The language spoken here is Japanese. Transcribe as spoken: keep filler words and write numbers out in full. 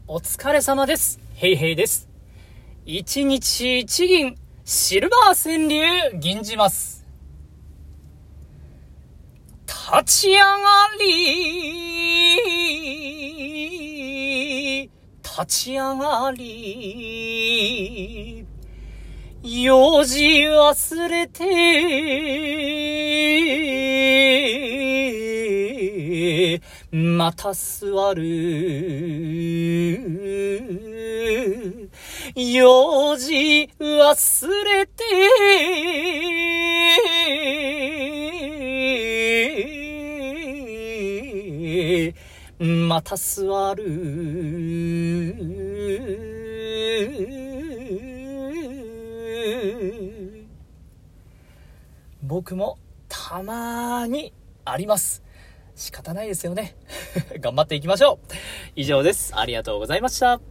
お疲れ様です。ヘイヘイです。一日一銀、シルバー川柳、銀じます。立ち上がり、立ち上がり、用事忘れて、また座る。用事忘れて、また座る。僕もたまにあります。仕方ないですよね。頑張っていきましょう。以上です。ありがとうございました。